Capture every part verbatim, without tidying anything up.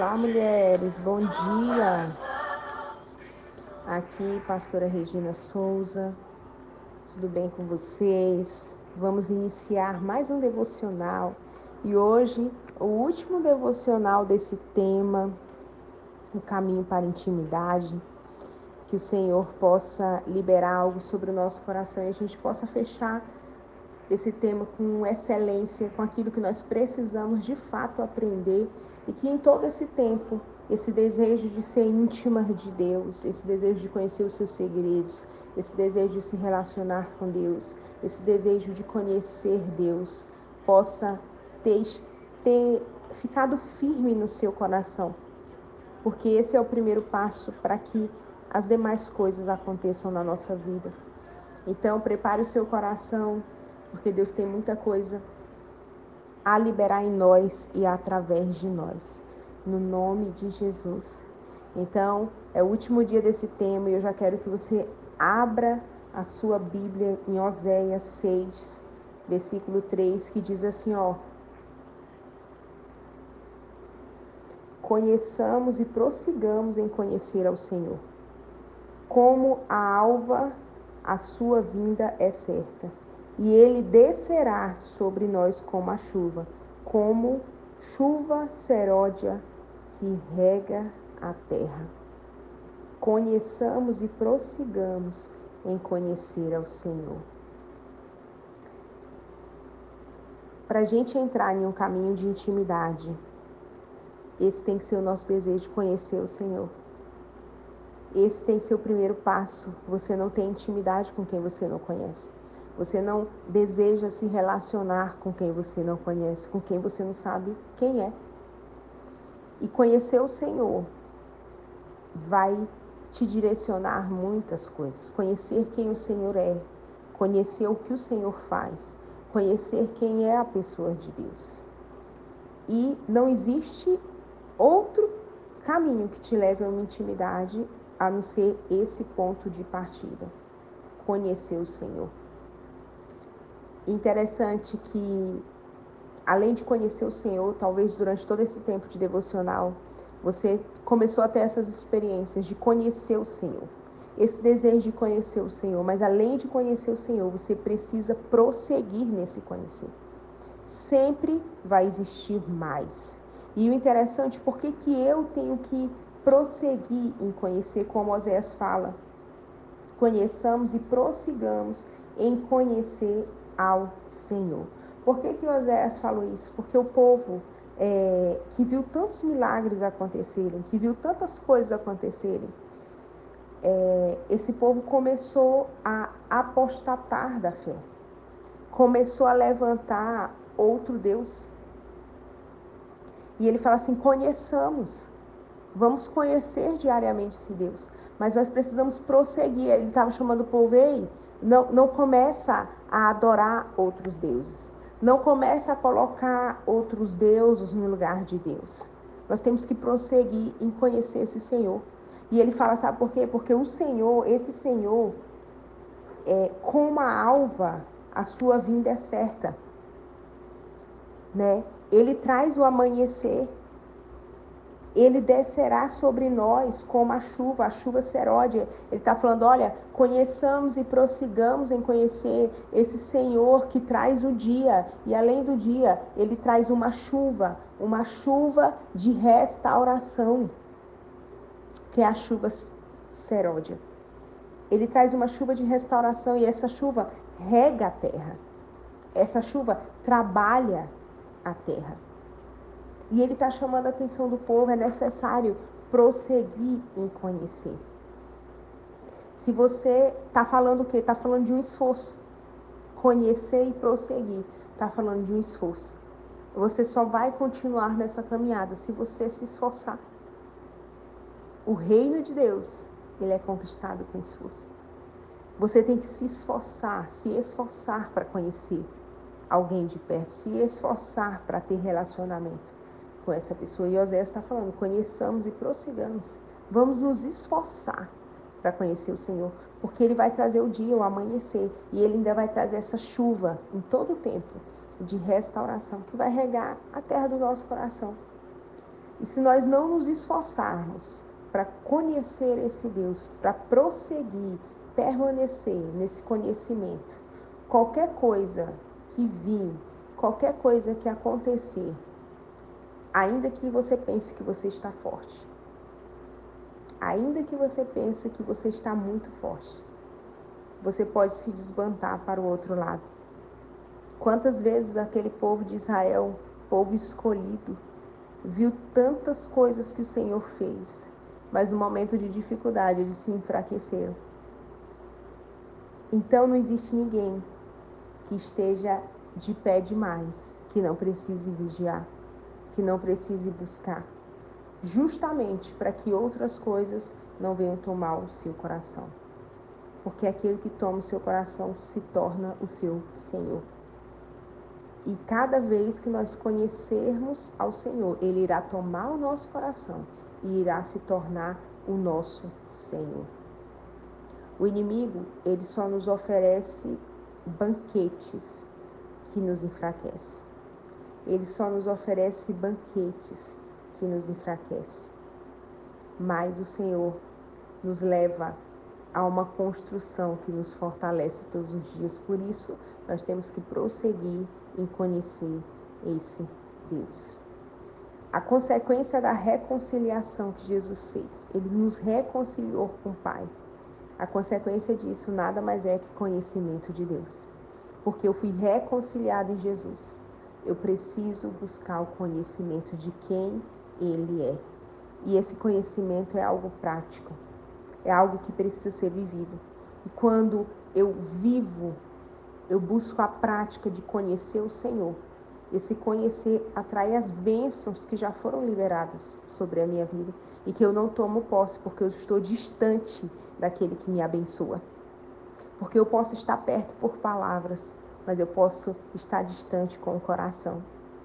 Olá, mulheres, bom dia. Aqui, pastora Regina Souza, tudo bem com vocês? Vamos iniciar mais um devocional e hoje o último devocional desse tema, o caminho para a intimidade. Que o Senhor possa liberar algo sobre o nosso coração e a gente possa fechar esse tema com excelência, com aquilo que nós precisamos de fato aprender e que em todo esse tempo, esse desejo de ser íntima de Deus, esse desejo de conhecer os seus segredos, esse desejo de se relacionar com Deus, esse desejo de conhecer Deus, possa ter, ter ficado firme no seu coração, porque esse é o primeiro passo para que as demais coisas aconteçam na nossa vida. Então, prepare o seu coração, porque Deus tem muita coisa a liberar em nós e através de nós, no nome de Jesus. Então, é o último dia desse tema e eu já quero que você abra a sua Bíblia em Oséias seis, versículo três, que diz assim, ó: conheçamos e prossigamos em conhecer ao Senhor. Como a alva, a sua vinda é certa, e ele descerá sobre nós como a chuva, como chuva seródia que rega a terra. Conheçamos e prossigamos em conhecer ao Senhor. Para a gente entrar em um caminho de intimidade, esse tem que ser o nosso desejo de conhecer o Senhor. Esse tem que ser o primeiro passo. Você não tem intimidade com quem você não conhece. Você não deseja se relacionar com quem você não conhece, com quem você não sabe quem é. E conhecer o Senhor vai te direcionar muitas coisas. Conhecer quem o Senhor é, conhecer o que o Senhor faz, conhecer quem é a pessoa de Deus. E não existe outro caminho que te leve a uma intimidade a não ser esse ponto de partida, conhecer o Senhor. Interessante que, além de conhecer o Senhor, talvez durante todo esse tempo de devocional, você começou a ter essas experiências de conhecer o Senhor, esse desejo de conhecer o Senhor, mas além de conhecer o Senhor, você precisa prosseguir nesse conhecer. Sempre vai existir mais. E o interessante, por que que eu tenho que prosseguir em conhecer, como Oséias fala? Conheçamos e prossigamos em conhecer ao Senhor. Por que que Oséias falou isso? Porque o povo é, que viu tantos milagres acontecerem, que viu tantas coisas acontecerem, é, esse povo começou a apostatar da fé, começou a levantar outro Deus. E ele fala assim, conheçamos, vamos conhecer diariamente esse Deus, mas nós precisamos prosseguir. Ele estava chamando o povo, ei, não, não começa a adorar outros deuses, não começa a colocar outros deuses no lugar de Deus. Nós temos que prosseguir em conhecer esse Senhor. E ele fala, sabe por quê? Porque o Senhor, esse Senhor, é, como a alva, a sua vinda é certa, né? Ele traz o amanhecer. Ele descerá sobre nós como a chuva, a chuva seródia. Ele está falando, olha, conheçamos e prossigamos em conhecer esse Senhor que traz o dia. E além do dia, ele traz uma chuva, uma chuva de restauração, que é a chuva seródia. Ele traz uma chuva de restauração e essa chuva rega a terra. Essa chuva trabalha a terra. E ele está chamando a atenção do povo, é necessário prosseguir em conhecer. Se você está falando o quê? Está falando de um esforço. Conhecer e prosseguir. Está falando de um esforço. Você só vai continuar nessa caminhada se você se esforçar. O reino de Deus, ele é conquistado com esforço. Você tem que se esforçar, se esforçar para conhecer alguém de perto, se esforçar para ter relacionamento com essa pessoa. E Oséias está falando, conheçamos e prossigamos. Vamos nos esforçar para conhecer o Senhor, porque Ele vai trazer o dia, o amanhecer, e Ele ainda vai trazer essa chuva em todo o tempo de restauração, que vai regar a terra do nosso coração. E se nós não nos esforçarmos para conhecer esse Deus, para prosseguir, permanecer nesse conhecimento, qualquer coisa que vir, qualquer coisa que acontecer, ainda que você pense que você está forte, ainda que você pense que você está muito forte, você pode se desbancar para o outro lado. Quantas vezes aquele povo de Israel, povo escolhido, viu tantas coisas que o Senhor fez, mas no momento de dificuldade eles se enfraqueceram. Então não existe ninguém que esteja de pé demais, que não precise vigiar, que não precise buscar, justamente para que outras coisas não venham tomar o seu coração. Porque aquele que toma o seu coração se torna o seu Senhor. E cada vez que nós conhecermos ao Senhor, Ele irá tomar o nosso coração e irá se tornar o nosso Senhor. O inimigo, ele só nos oferece banquetes que nos enfraquecem. Ele só nos oferece banquetes que nos enfraquecem. Mas o Senhor nos leva a uma construção que nos fortalece todos os dias. Por isso, nós temos que prosseguir em conhecer esse Deus. A consequência da reconciliação que Jesus fez, Ele nos reconciliou com o Pai. A consequência disso nada mais é que conhecimento de Deus. Porque eu fui reconciliado em Jesus. Eu preciso buscar o conhecimento de quem Ele é. E esse conhecimento é algo prático. É algo que precisa ser vivido. E quando eu vivo, eu busco a prática de conhecer o Senhor. Esse conhecer atrai as bênçãos que já foram liberadas sobre a minha vida e que eu não tomo posse porque eu estou distante daquele que me abençoa. Porque eu posso estar perto por palavras, mas eu posso estar distante com o coração.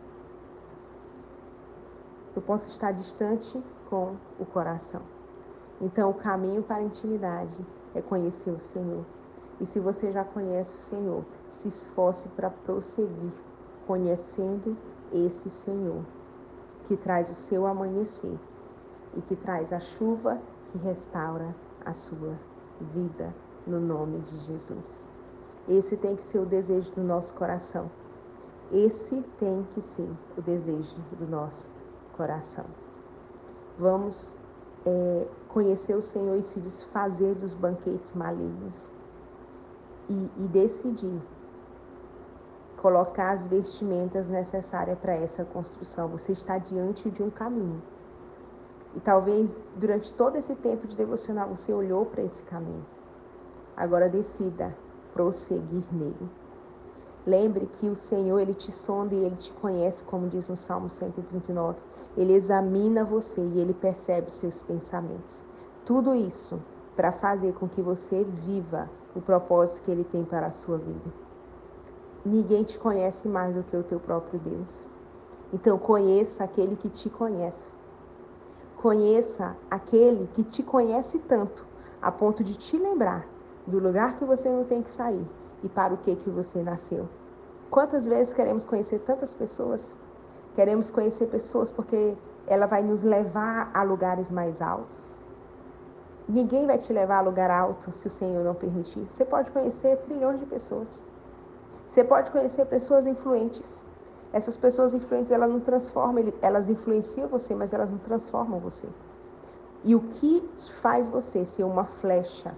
Eu posso estar distante com o coração. Então, o caminho para a intimidade é conhecer o Senhor. E se você já conhece o Senhor, se esforce para prosseguir conhecendo esse Senhor, que traz o seu amanhecer e que traz a chuva que restaura a sua vida, no nome de Jesus. Esse tem que ser o desejo do nosso coração. Esse tem que ser o desejo do nosso coração. Vamos é, conhecer o Senhor e se desfazer dos banquetes malignos. E, e decidir colocar as vestimentas necessárias para essa construção. Você está diante de um caminho. E talvez durante todo esse tempo de devocional você olhou para esse caminho. Agora decida prosseguir nele. Lembre que o Senhor, Ele te sonda e Ele te conhece, como diz no Salmo cento e trinta e nove. Ele examina você e Ele percebe os seus pensamentos. Tudo isso para fazer com que você viva o propósito que Ele tem para a sua vida. Ninguém te conhece mais do que o teu próprio Deus. Então conheça aquele que te conhece. Conheça aquele que te conhece tanto, a ponto de te lembrar do lugar que você não tem que sair e para o que que você nasceu. Quantas vezes queremos conhecer tantas pessoas? Queremos conhecer pessoas porque ela vai nos levar a lugares mais altos. Ninguém vai te levar a lugar alto se o Senhor não permitir. Você pode conhecer trilhões de pessoas. Você pode conhecer pessoas influentes. Essas pessoas influentes, elas não transformam, elas influenciam você, mas elas não transformam você. E o que faz você ser uma flecha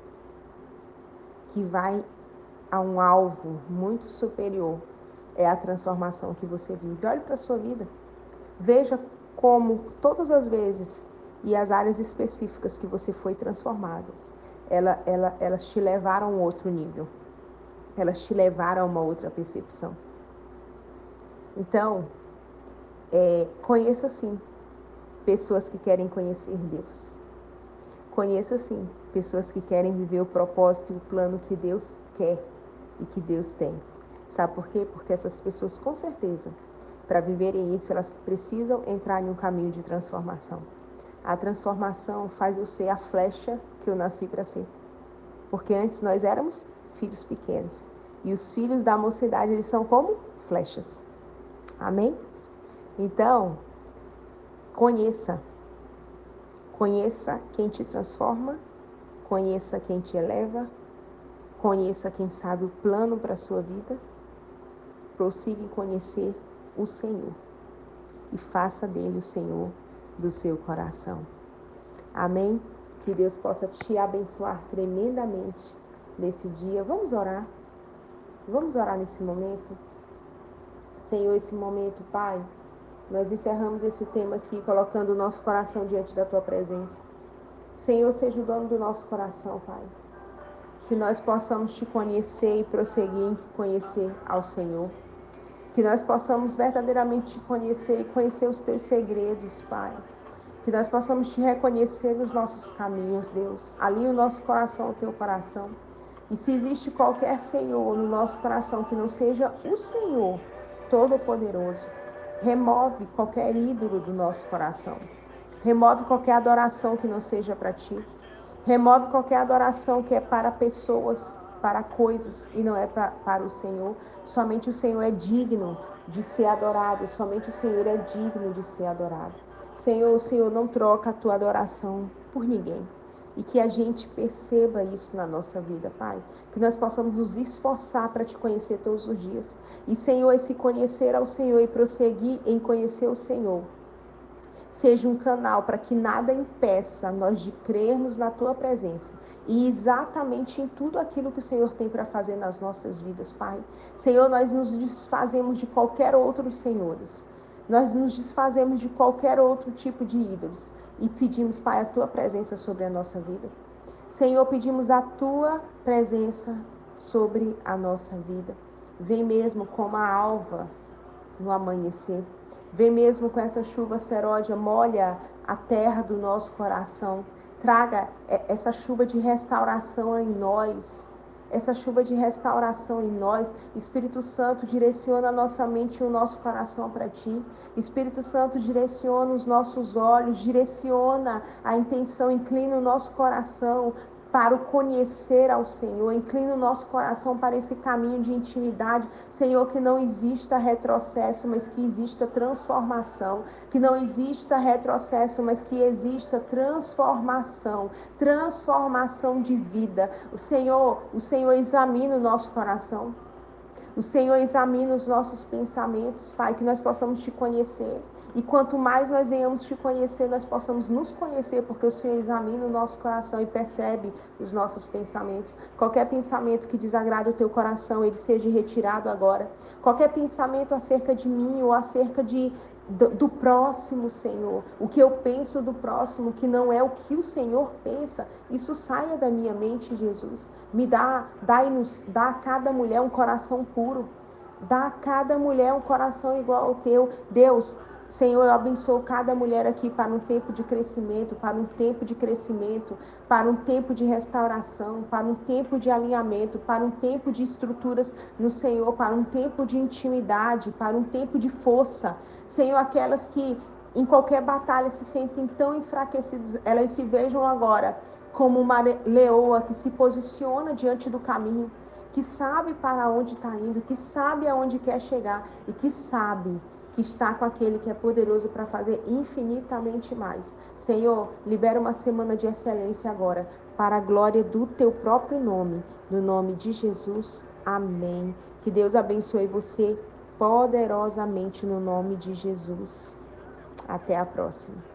que vai a um alvo muito superior é a transformação que você vive. Olhe para a sua vida. Veja como todas as vezes e as áreas específicas que você foi transformadas, ela, ela, elas te levaram a um outro nível. Elas te levaram a uma outra percepção. Então, é, conheça sim pessoas que querem conhecer Deus. Conheça sim pessoas que querem viver o propósito e o plano que Deus quer e que Deus tem. Sabe por quê? Porque essas pessoas, com certeza, para viverem isso, elas precisam entrar em um caminho de transformação. A transformação faz eu ser a flecha que eu nasci para ser. Porque antes nós éramos filhos pequenos. E os filhos da mocidade, eles são como flechas. Amém? Então, Conheça. Conheça quem te transforma, conheça quem te eleva, conheça quem sabe o plano para a sua vida. Prossiga em conhecer o Senhor e faça dele o Senhor do seu coração. Amém? Que Deus possa te abençoar tremendamente nesse dia. Vamos orar. Vamos orar nesse momento. Senhor, esse momento, Pai, nós encerramos esse tema aqui, colocando o nosso coração diante da Tua presença. Senhor, seja o dono do nosso coração, Pai. Que nós possamos Te conhecer e prosseguir em conhecer ao Senhor. Que nós possamos verdadeiramente Te conhecer e conhecer os Teus segredos, Pai. Que nós possamos Te reconhecer nos nossos caminhos, Deus. Alinhe o nosso coração ao Teu coração. E se existe qualquer Senhor no nosso coração que não seja o Senhor Todo-Poderoso, remove qualquer ídolo do nosso coração. Remove qualquer adoração que não seja para Ti. Remove qualquer adoração que é para pessoas, para coisas e não é pra, para o Senhor. Somente o Senhor é digno de ser adorado. Somente o Senhor é digno de ser adorado. Senhor, o Senhor não troca a Tua adoração por ninguém. E que a gente perceba isso na nossa vida, Pai. Que nós possamos nos esforçar para Te conhecer todos os dias. E, Senhor, esse conhecer ao Senhor e prosseguir em conhecer o Senhor seja um canal para que nada impeça nós de crermos na Tua presença e exatamente em tudo aquilo que o Senhor tem para fazer nas nossas vidas, Pai. Senhor, nós nos desfazemos de qualquer outro senhores. Nós nos desfazemos de qualquer outro tipo de ídolos e pedimos, Pai, a Tua presença sobre a nossa vida. Senhor, pedimos a Tua presença sobre a nossa vida. Vem mesmo como a alva no amanhecer. Vem mesmo com essa chuva seródia, molha a terra do nosso coração. Traga essa chuva de restauração em nós. Essa chuva de restauração em nós. Espírito Santo, direciona a nossa mente e o nosso coração para Ti. Espírito Santo, direciona os nossos olhos, direciona a intenção, inclina o nosso coração para o conhecer ao Senhor. Inclina o nosso coração para esse caminho de intimidade. Senhor, que não exista retrocesso, mas que exista transformação. Que não exista retrocesso, mas que exista transformação. Transformação de vida. O Senhor, o Senhor examina o nosso coração. O Senhor examina os nossos pensamentos, Pai, que nós possamos Te conhecer. E quanto mais nós venhamos Te conhecer, nós possamos nos conhecer, porque o Senhor examina o nosso coração e percebe os nossos pensamentos. Qualquer pensamento que desagrade o Teu coração, ele seja retirado agora. Qualquer pensamento acerca de mim ou acerca de... Do, do próximo, Senhor, o que eu penso do próximo, que não é o que o Senhor pensa, isso saia da minha mente, Jesus. Me dá, dá-nos, dá a cada mulher um coração puro, dá a cada mulher um coração igual ao Teu. Deus, Senhor, eu abençoo cada mulher aqui para um tempo de crescimento, para um tempo de crescimento, para um tempo de restauração, para um tempo de alinhamento, para um tempo de estruturas no Senhor, para um tempo de intimidade, para um tempo de força. Senhor, aquelas que em qualquer batalha se sentem tão enfraquecidas, elas se vejam agora como uma leoa que se posiciona diante do caminho, que sabe para onde está indo, que sabe aonde quer chegar e que sabe que está com aquele que é poderoso para fazer infinitamente mais. Senhor, libera uma semana de excelência agora, para a glória do Teu próprio nome. No nome de Jesus, amém. Que Deus abençoe você poderosamente no nome de Jesus. Até a próxima.